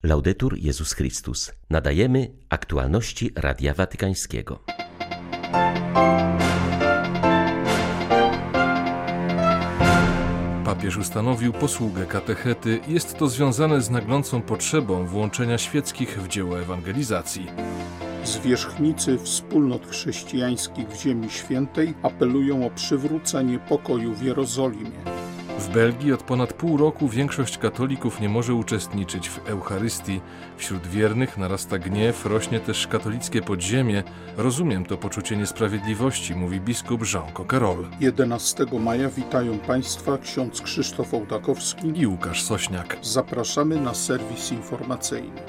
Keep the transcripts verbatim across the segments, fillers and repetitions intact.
Laudetur Jezus Chrystus. Nadajemy aktualności Radia Watykańskiego. Papież ustanowił posługę katechety. Jest to związane z naglącą potrzebą włączenia świeckich w dzieło ewangelizacji. Zwierzchnicy wspólnot chrześcijańskich w Ziemi Świętej apelują o przywrócenie pokoju w Jerozolimie. W Belgii od ponad pół roku większość katolików nie może uczestniczyć w Eucharystii. Wśród wiernych narasta gniew, rośnie też katolickie podziemie. Rozumiem to poczucie niesprawiedliwości, mówi biskup Jean Coquerol. jedenastego maja witają Państwa ksiądz Krzysztof Ołtakowski I Łukasz Sośniak. Zapraszamy na serwis informacyjny.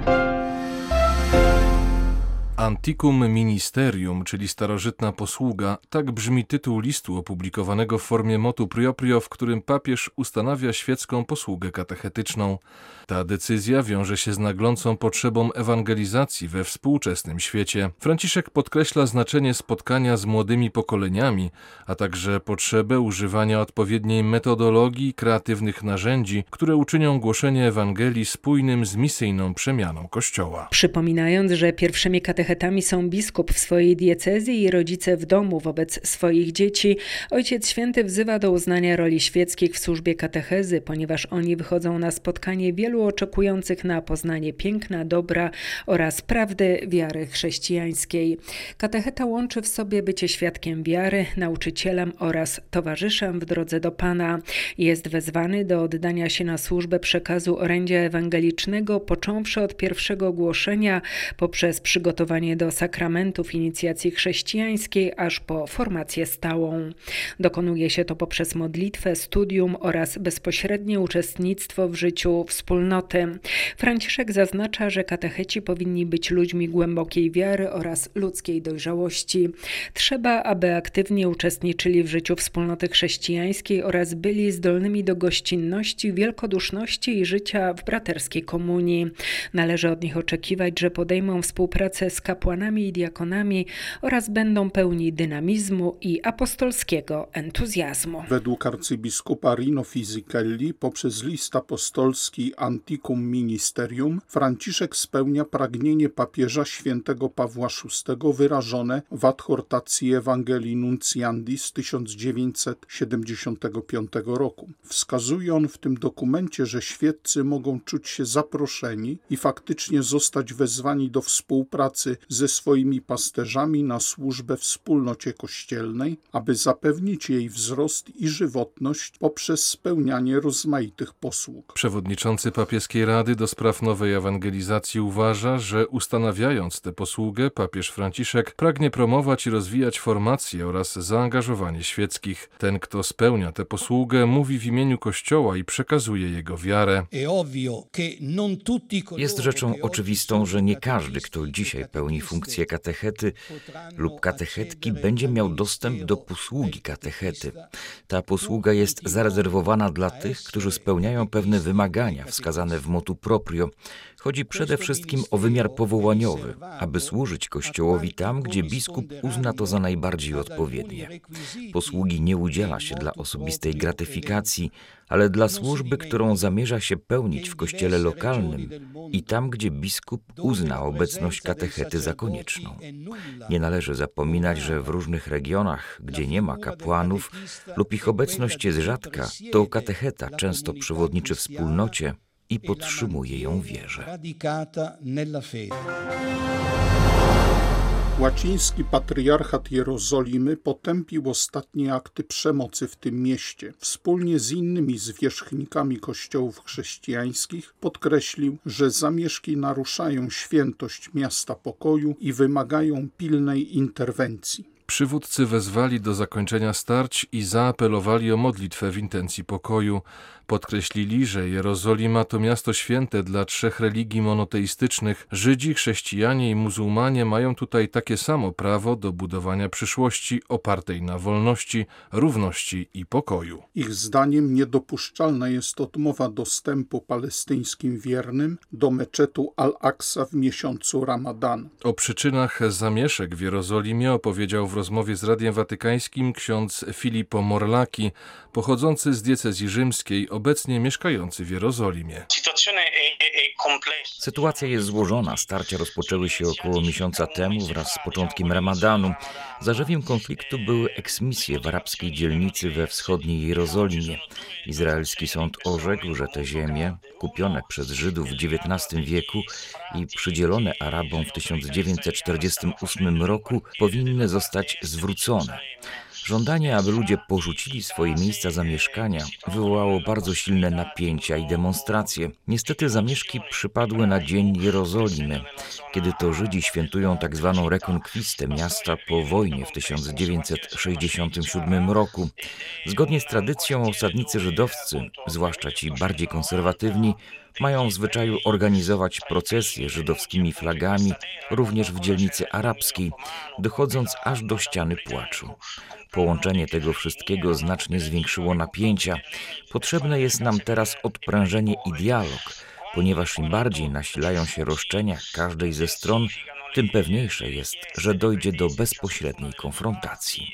Antiquum Ministerium, czyli starożytna posługa, tak brzmi tytuł listu opublikowanego w formie motu proprio, w którym papież ustanawia świecką posługę katechetyczną. Ta decyzja wiąże się z naglącą potrzebą ewangelizacji we współczesnym świecie. Franciszek podkreśla znaczenie spotkania z młodymi pokoleniami, a także potrzebę używania odpowiedniej metodologii i kreatywnych narzędzi, które uczynią głoszenie Ewangelii spójnym z misyjną przemianą Kościoła. Przypominając, że pierwszymi katechetami są biskup w swojej diecezji i rodzice w domu wobec swoich dzieci, Ojciec Święty wzywa do uznania roli świeckich w służbie katechezy, ponieważ oni wychodzą na spotkanie wielu oczekujących na poznanie piękna, dobra oraz prawdy wiary chrześcijańskiej. Katecheta łączy w sobie bycie świadkiem wiary, nauczycielem oraz towarzyszem w drodze do Pana. Jest wezwany do oddania się na służbę przekazu orędzia ewangelicznego, począwszy od pierwszego głoszenia, poprzez przygotowanie do sakramentów inicjacji chrześcijańskiej, aż po formację stałą. Dokonuje się to poprzez modlitwę, studium oraz bezpośrednie uczestnictwo w życiu wspólnoty. Franciszek zaznacza, że katecheci powinni być ludźmi głębokiej wiary oraz ludzkiej dojrzałości. Trzeba, aby aktywnie uczestniczyli w życiu wspólnoty chrześcijańskiej oraz byli zdolnymi do gościnności, wielkoduszności i życia w braterskiej komunii. Należy od nich oczekiwać, że podejmą współpracę z kapłanami i diakonami oraz będą pełni dynamizmu i apostolskiego entuzjazmu. Według arcybiskupa Rino Fisicelli poprzez list apostolski Antiquum Ministerium Franciszek spełnia pragnienie papieża świętego Pawła szóstego wyrażone w adhortacji Evangelii Nunciandi z tysiąc dziewięćset siedemdziesiątego piątego roku. Wskazuje on w tym dokumencie, że świeccy mogą czuć się zaproszeni i faktycznie zostać wezwani do współpracy ze swoimi pasterzami na służbę wspólnocie kościelnej, aby zapewnić jej wzrost i żywotność poprzez spełnianie rozmaitych posług. Przewodniczący papieskiej Rady do spraw nowej ewangelizacji uważa, że ustanawiając tę posługę, papież Franciszek pragnie promować i rozwijać formację oraz zaangażowanie świeckich. Ten, kto spełnia tę posługę, mówi w imieniu Kościoła i przekazuje jego wiarę. Jest rzeczą oczywistą, że nie każdy, kto dzisiaj pełni funkcję katechety lub katechetki, będzie miał dostęp do posługi katechety. Ta posługa jest zarezerwowana dla tych, którzy spełniają pewne wymagania wskazane w motu proprio. Chodzi przede wszystkim o wymiar powołaniowy, aby służyć Kościołowi tam, gdzie biskup uzna to za najbardziej odpowiednie. Posługi nie udziela się dla osobistej gratyfikacji, ale dla służby, którą zamierza się pełnić w kościele lokalnym i tam, gdzie biskup uzna obecność katechety za konieczną. Nie należy zapominać, że w różnych regionach, gdzie nie ma kapłanów lub ich obecność jest rzadka, to katecheta często przewodniczy wspólnocie i podtrzymuje ją w wierze. Łaciński patriarchat Jerozolimy potępił ostatnie akty przemocy w tym mieście. Wspólnie z innymi zwierzchnikami kościołów chrześcijańskich podkreślił, że zamieszki naruszają świętość miasta pokoju i wymagają pilnej interwencji. Przywódcy wezwali do zakończenia starć i zaapelowali o modlitwę w intencji pokoju. Podkreślili, że Jerozolima to miasto święte dla trzech religii monoteistycznych. Żydzi, chrześcijanie i muzułmanie mają tutaj takie samo prawo do budowania przyszłości opartej na wolności, równości i pokoju. Ich zdaniem niedopuszczalna jest odmowa dostępu palestyńskim wiernym do meczetu Al-Aqsa w miesiącu Ramadan. O przyczynach zamieszek w Jerozolimie opowiedział w rozmowie z Radiem Watykańskim ksiądz Filippo Morlaki, pochodzący z diecezji rzymskiej obecnie mieszkający w Jerozolimie. Sytuacja jest złożona. Starcia rozpoczęły się około miesiąca temu wraz z początkiem Ramadanu. Zarzewiem konfliktu były eksmisje w arabskiej dzielnicy we wschodniej Jerozolimie. Izraelski sąd orzekł, że te ziemie, kupione przez Żydów w dziewiętnastym wieku i przydzielone Arabom w tysiąc dziewięćset czterdziestym ósmym roku, powinny zostać zwrócone. Żądanie, aby ludzie porzucili swoje miejsca zamieszkania, wywołało bardzo silne napięcia i demonstracje. Niestety zamieszki przypadły na Dzień Jerozolimy, kiedy to Żydzi świętują tak zwaną rekonkwistę miasta po wojnie w tysiąc dziewięćset sześćdziesiątym siódmym roku. Zgodnie z tradycją osadnicy żydowscy, zwłaszcza ci bardziej konserwatywni, mają w zwyczaju organizować procesje żydowskimi flagami również w dzielnicy arabskiej, dochodząc aż do ściany płaczu. Połączenie tego wszystkiego znacznie zwiększyło napięcia. Potrzebne jest nam teraz odprężenie i dialog, ponieważ im bardziej nasilają się roszczenia każdej ze stron, tym pewniejsze jest, że dojdzie do bezpośredniej konfrontacji.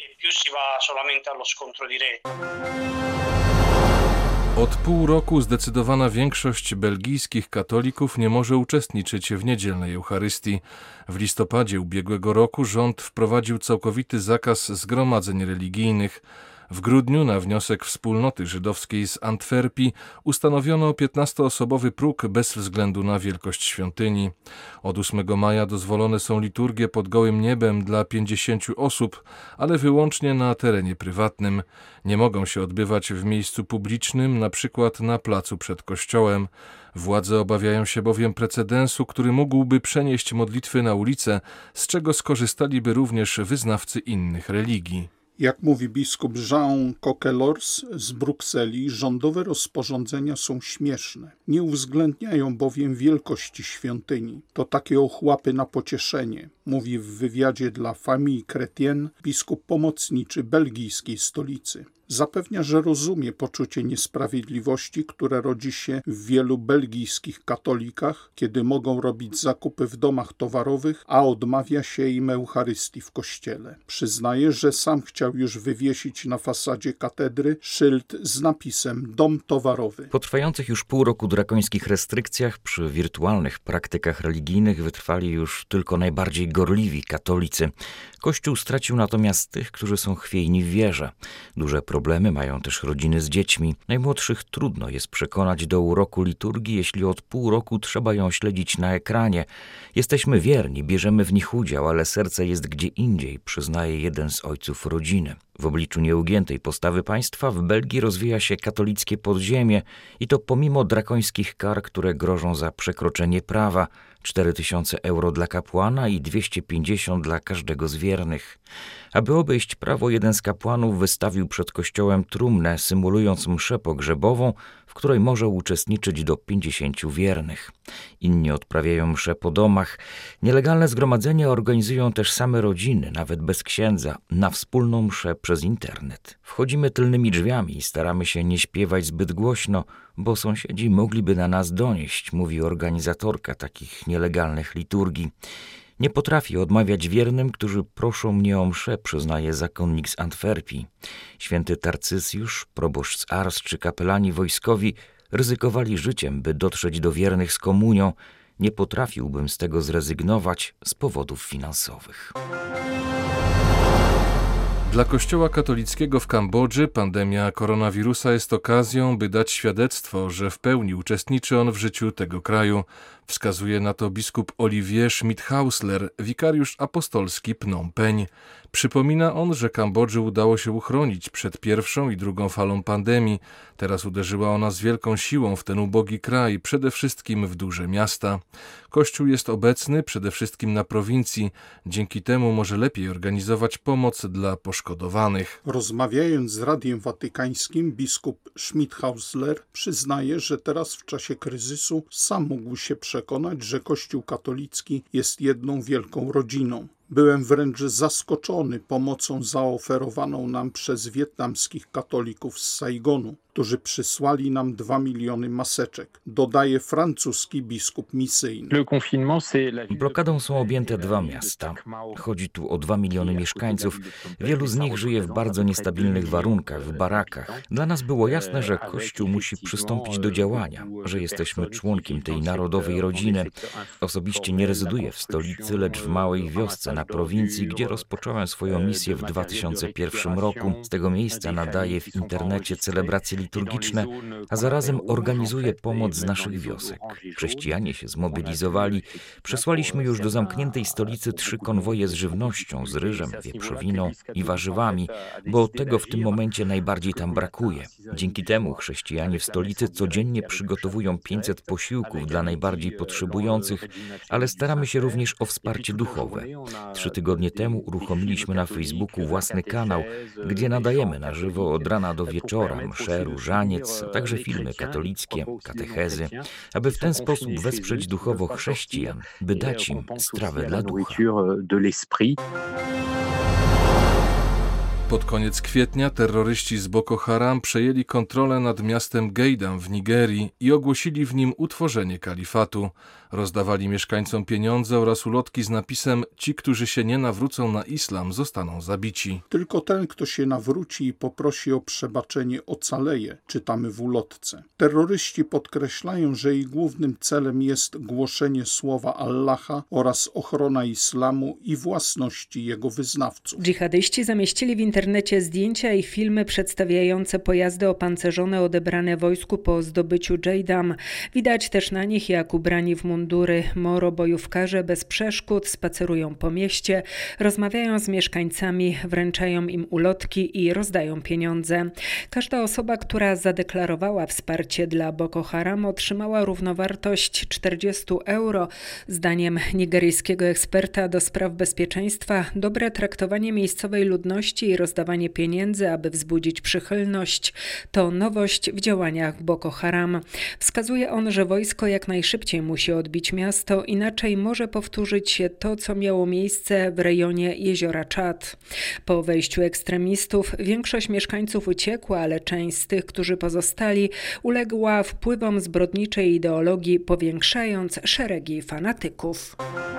Od pół roku zdecydowana większość belgijskich katolików nie może uczestniczyć w niedzielnej Eucharystii. W listopadzie ubiegłego roku rząd wprowadził całkowity zakaz zgromadzeń religijnych. W grudniu na wniosek wspólnoty żydowskiej z Antwerpii ustanowiono piętnastoosobowy próg bez względu na wielkość świątyni. Od ósmego maja dozwolone są liturgie pod gołym niebem dla pięćdziesięciu osób, ale wyłącznie na terenie prywatnym. Nie mogą się odbywać w miejscu publicznym, na przykład na placu przed kościołem. Władze obawiają się bowiem precedensu, który mógłby przenieść modlitwy na ulicę, z czego skorzystaliby również wyznawcy innych religii. Jak mówi biskup Jean Coquelors z Brukseli, rządowe rozporządzenia są śmieszne. Nie uwzględniają bowiem wielkości świątyni. To takie ochłapy na pocieszenie, mówi w wywiadzie dla Famille Chrétienne biskup pomocniczy belgijskiej stolicy. Zapewnia, że rozumie poczucie niesprawiedliwości, które rodzi się w wielu belgijskich katolikach, kiedy mogą robić zakupy w domach towarowych, a odmawia się im Eucharystii w kościele. Przyznaje, że sam chciał już wywiesić na fasadzie katedry szyld z napisem Dom towarowy. Po trwających już pół roku drakońskich restrykcjach przy wirtualnych praktykach religijnych wytrwali już tylko najbardziej gorliwi katolicy. Kościół stracił natomiast tych, którzy są chwiejni w wierze. Duże problemy mają też rodziny z dziećmi. Najmłodszych trudno jest przekonać do uroku liturgii, jeśli od pół roku trzeba ją śledzić na ekranie. Jesteśmy wierni, bierzemy w nich udział, ale serce jest gdzie indziej, przyznaje jeden z ojców rodziny. W obliczu nieugiętej postawy państwa w Belgii rozwija się katolickie podziemie i to pomimo drakońskich kar, które grożą za przekroczenie prawa. cztery tysiące euro dla kapłana i dwieście pięćdziesiąt dla każdego z wiernych. Aby obejść prawo, jeden z kapłanów wystawił przed kościołem trumnę, symulując mszę pogrzebową, w której może uczestniczyć do pięćdziesięciu wiernych. Inni odprawiają mszę po domach. Nielegalne zgromadzenia organizują też same rodziny, nawet bez księdza, na wspólną mszę przez internet. Wchodzimy tylnymi drzwiami i staramy się nie śpiewać zbyt głośno, bo sąsiedzi mogliby na nas donieść, mówi organizatorka takich nielegalnych liturgii. Nie potrafię odmawiać wiernym, którzy proszą mnie o mszę, przyznaje zakonnik z Antwerpii. Święty Tarcysjusz, proboszcz z Ars czy kapelani wojskowi ryzykowali życiem, by dotrzeć do wiernych z komunią. Nie potrafiłbym z tego zrezygnować z powodów finansowych. Dla Kościoła katolickiego w Kambodży pandemia koronawirusa jest okazją, by dać świadectwo, że w pełni uczestniczy on w życiu tego kraju. Wskazuje na to biskup Olivier Schmidhausler, wikariusz apostolski Phnom Penh. Przypomina on, że Kambodży udało się uchronić przed pierwszą i drugą falą pandemii. Teraz uderzyła ona z wielką siłą w ten ubogi kraj, przede wszystkim w duże miasta. Kościół jest obecny przede wszystkim na prowincji. Dzięki temu może lepiej organizować pomoc dla poszkodowanych. Rozmawiając z Radiem Watykańskim, biskup Schmidhausler przyznaje, że teraz w czasie kryzysu sam mógł się przekonać, że Kościół katolicki jest jedną wielką rodziną. Byłem wręcz zaskoczony pomocą zaoferowaną nam przez wietnamskich katolików z Saigonu, którzy przysłali nam dwa miliony maseczek, dodaje francuski biskup misyjny. Blokadą są objęte dwa miasta. Chodzi tu o dwa miliony mieszkańców. Wielu z nich żyje w bardzo niestabilnych warunkach, w barakach. Dla nas było jasne, że Kościół musi przystąpić do działania, że jesteśmy członkiem tej narodowej rodziny. Osobiście nie rezyduję w stolicy, lecz w małej wiosce na prowincji, gdzie rozpocząłem swoją misję w dwa tysiące pierwszym roku. Z tego miejsca nadaję w internecie celebracje liturgiczne, a zarazem organizuję pomoc z naszych wiosek. Chrześcijanie się zmobilizowali. Przesłaliśmy już do zamkniętej stolicy trzy konwoje z żywnością, z ryżem, wieprzowiną i warzywami, bo tego w tym momencie najbardziej tam brakuje. Dzięki temu chrześcijanie w stolicy codziennie przygotowują pięćset posiłków dla najbardziej potrzebujących, ale staramy się również o wsparcie duchowe. Trzy tygodnie temu uruchomiliśmy na Facebooku własny kanał, gdzie nadajemy na żywo od rana do wieczora msze, różaniec, a także filmy katolickie, katechezy, aby w ten sposób wesprzeć duchowo chrześcijan, by dać im strawę dla ducha. Pod koniec kwietnia terroryści z Boko Haram przejęli kontrolę nad miastem Geidam w Nigerii i ogłosili w nim utworzenie kalifatu. Rozdawali mieszkańcom pieniądze oraz ulotki z napisem „Ci, którzy się nie nawrócą na islam, zostaną zabici”. Tylko ten, kto się nawróci i poprosi o przebaczenie, ocaleje, czytamy w ulotce. Terroryści podkreślają, że ich głównym celem jest głoszenie słowa Allaha oraz ochrona islamu i własności jego wyznawców. Dżihadyści zamieścili w internecie zdjęcia i filmy przedstawiające pojazdy opancerzone odebrane wojsku po zdobyciu Geidam. Widać też na nich, jak ubrani w mundury moro bojówkarze bez przeszkód spacerują po mieście, rozmawiają z mieszkańcami, wręczają im ulotki i rozdają pieniądze. Każda osoba, która zadeklarowała wsparcie dla Boko Haram, otrzymała równowartość czterdzieści euro. Zdaniem nigeryjskiego eksperta do spraw bezpieczeństwa, dobre traktowanie miejscowej ludności i rozdawanie pieniędzy, aby wzbudzić przychylność, to nowość w działaniach Boko Haram. Wskazuje on, że wojsko jak najszybciej musi odbić miasto, inaczej może powtórzyć się to, co miało miejsce w rejonie jeziora Czad. Po wejściu ekstremistów większość mieszkańców uciekła, ale część z tych, którzy pozostali, uległa wpływom zbrodniczej ideologii, powiększając szeregi fanatyków.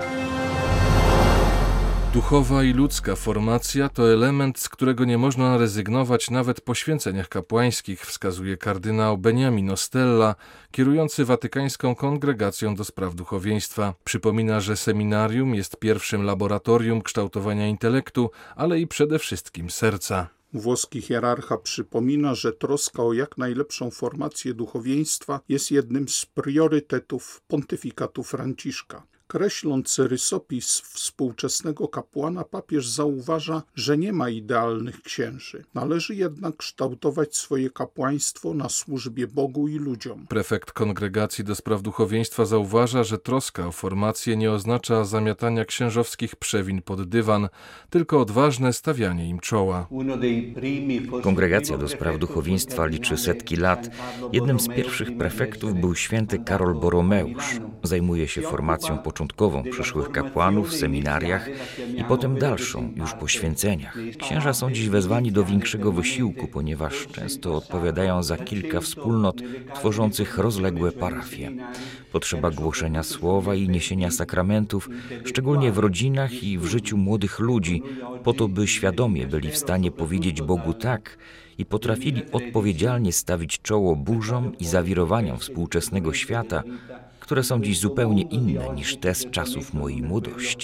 Duchowa i ludzka formacja to element, z którego nie można rezygnować nawet po święceniach kapłańskich, wskazuje kardynał Beniamin Ostella, kierujący Watykańską Kongregacją do Spraw Duchowieństwa. Przypomina, że seminarium jest pierwszym laboratorium kształtowania intelektu, ale i przede wszystkim serca. Włoski hierarcha przypomina, że troska o jak najlepszą formację duchowieństwa jest jednym z priorytetów pontyfikatu Franciszka. Kreśląc rysopis współczesnego kapłana, papież zauważa, że nie ma idealnych księży. Należy jednak kształtować swoje kapłaństwo na służbie Bogu i ludziom. Prefekt Kongregacji do Spraw Duchowieństwa zauważa, że troska o formację nie oznacza zamiatania księżowskich przewin pod dywan, tylko odważne stawianie im czoła. Kongregacja do Spraw Duchowieństwa liczy setki lat. Jednym z pierwszych prefektów był święty Karol Boromeusz. Zajmuje się formacją początkową przyszłych kapłanów w seminariach i potem dalszą, już po święceniach. Księża są dziś wezwani do większego wysiłku, ponieważ często odpowiadają za kilka wspólnot tworzących rozległe parafie. Potrzeba głoszenia słowa i niesienia sakramentów, szczególnie w rodzinach i w życiu młodych ludzi, po to, by świadomie byli w stanie powiedzieć Bogu tak i potrafili odpowiedzialnie stawić czoło burzom i zawirowaniom współczesnego świata, które są dziś zupełnie inne niż te z czasów mojej młodości.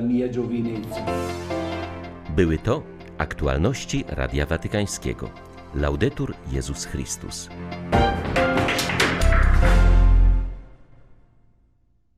Były to aktualności Radia Watykańskiego. Laudetur Jezus Chrystus.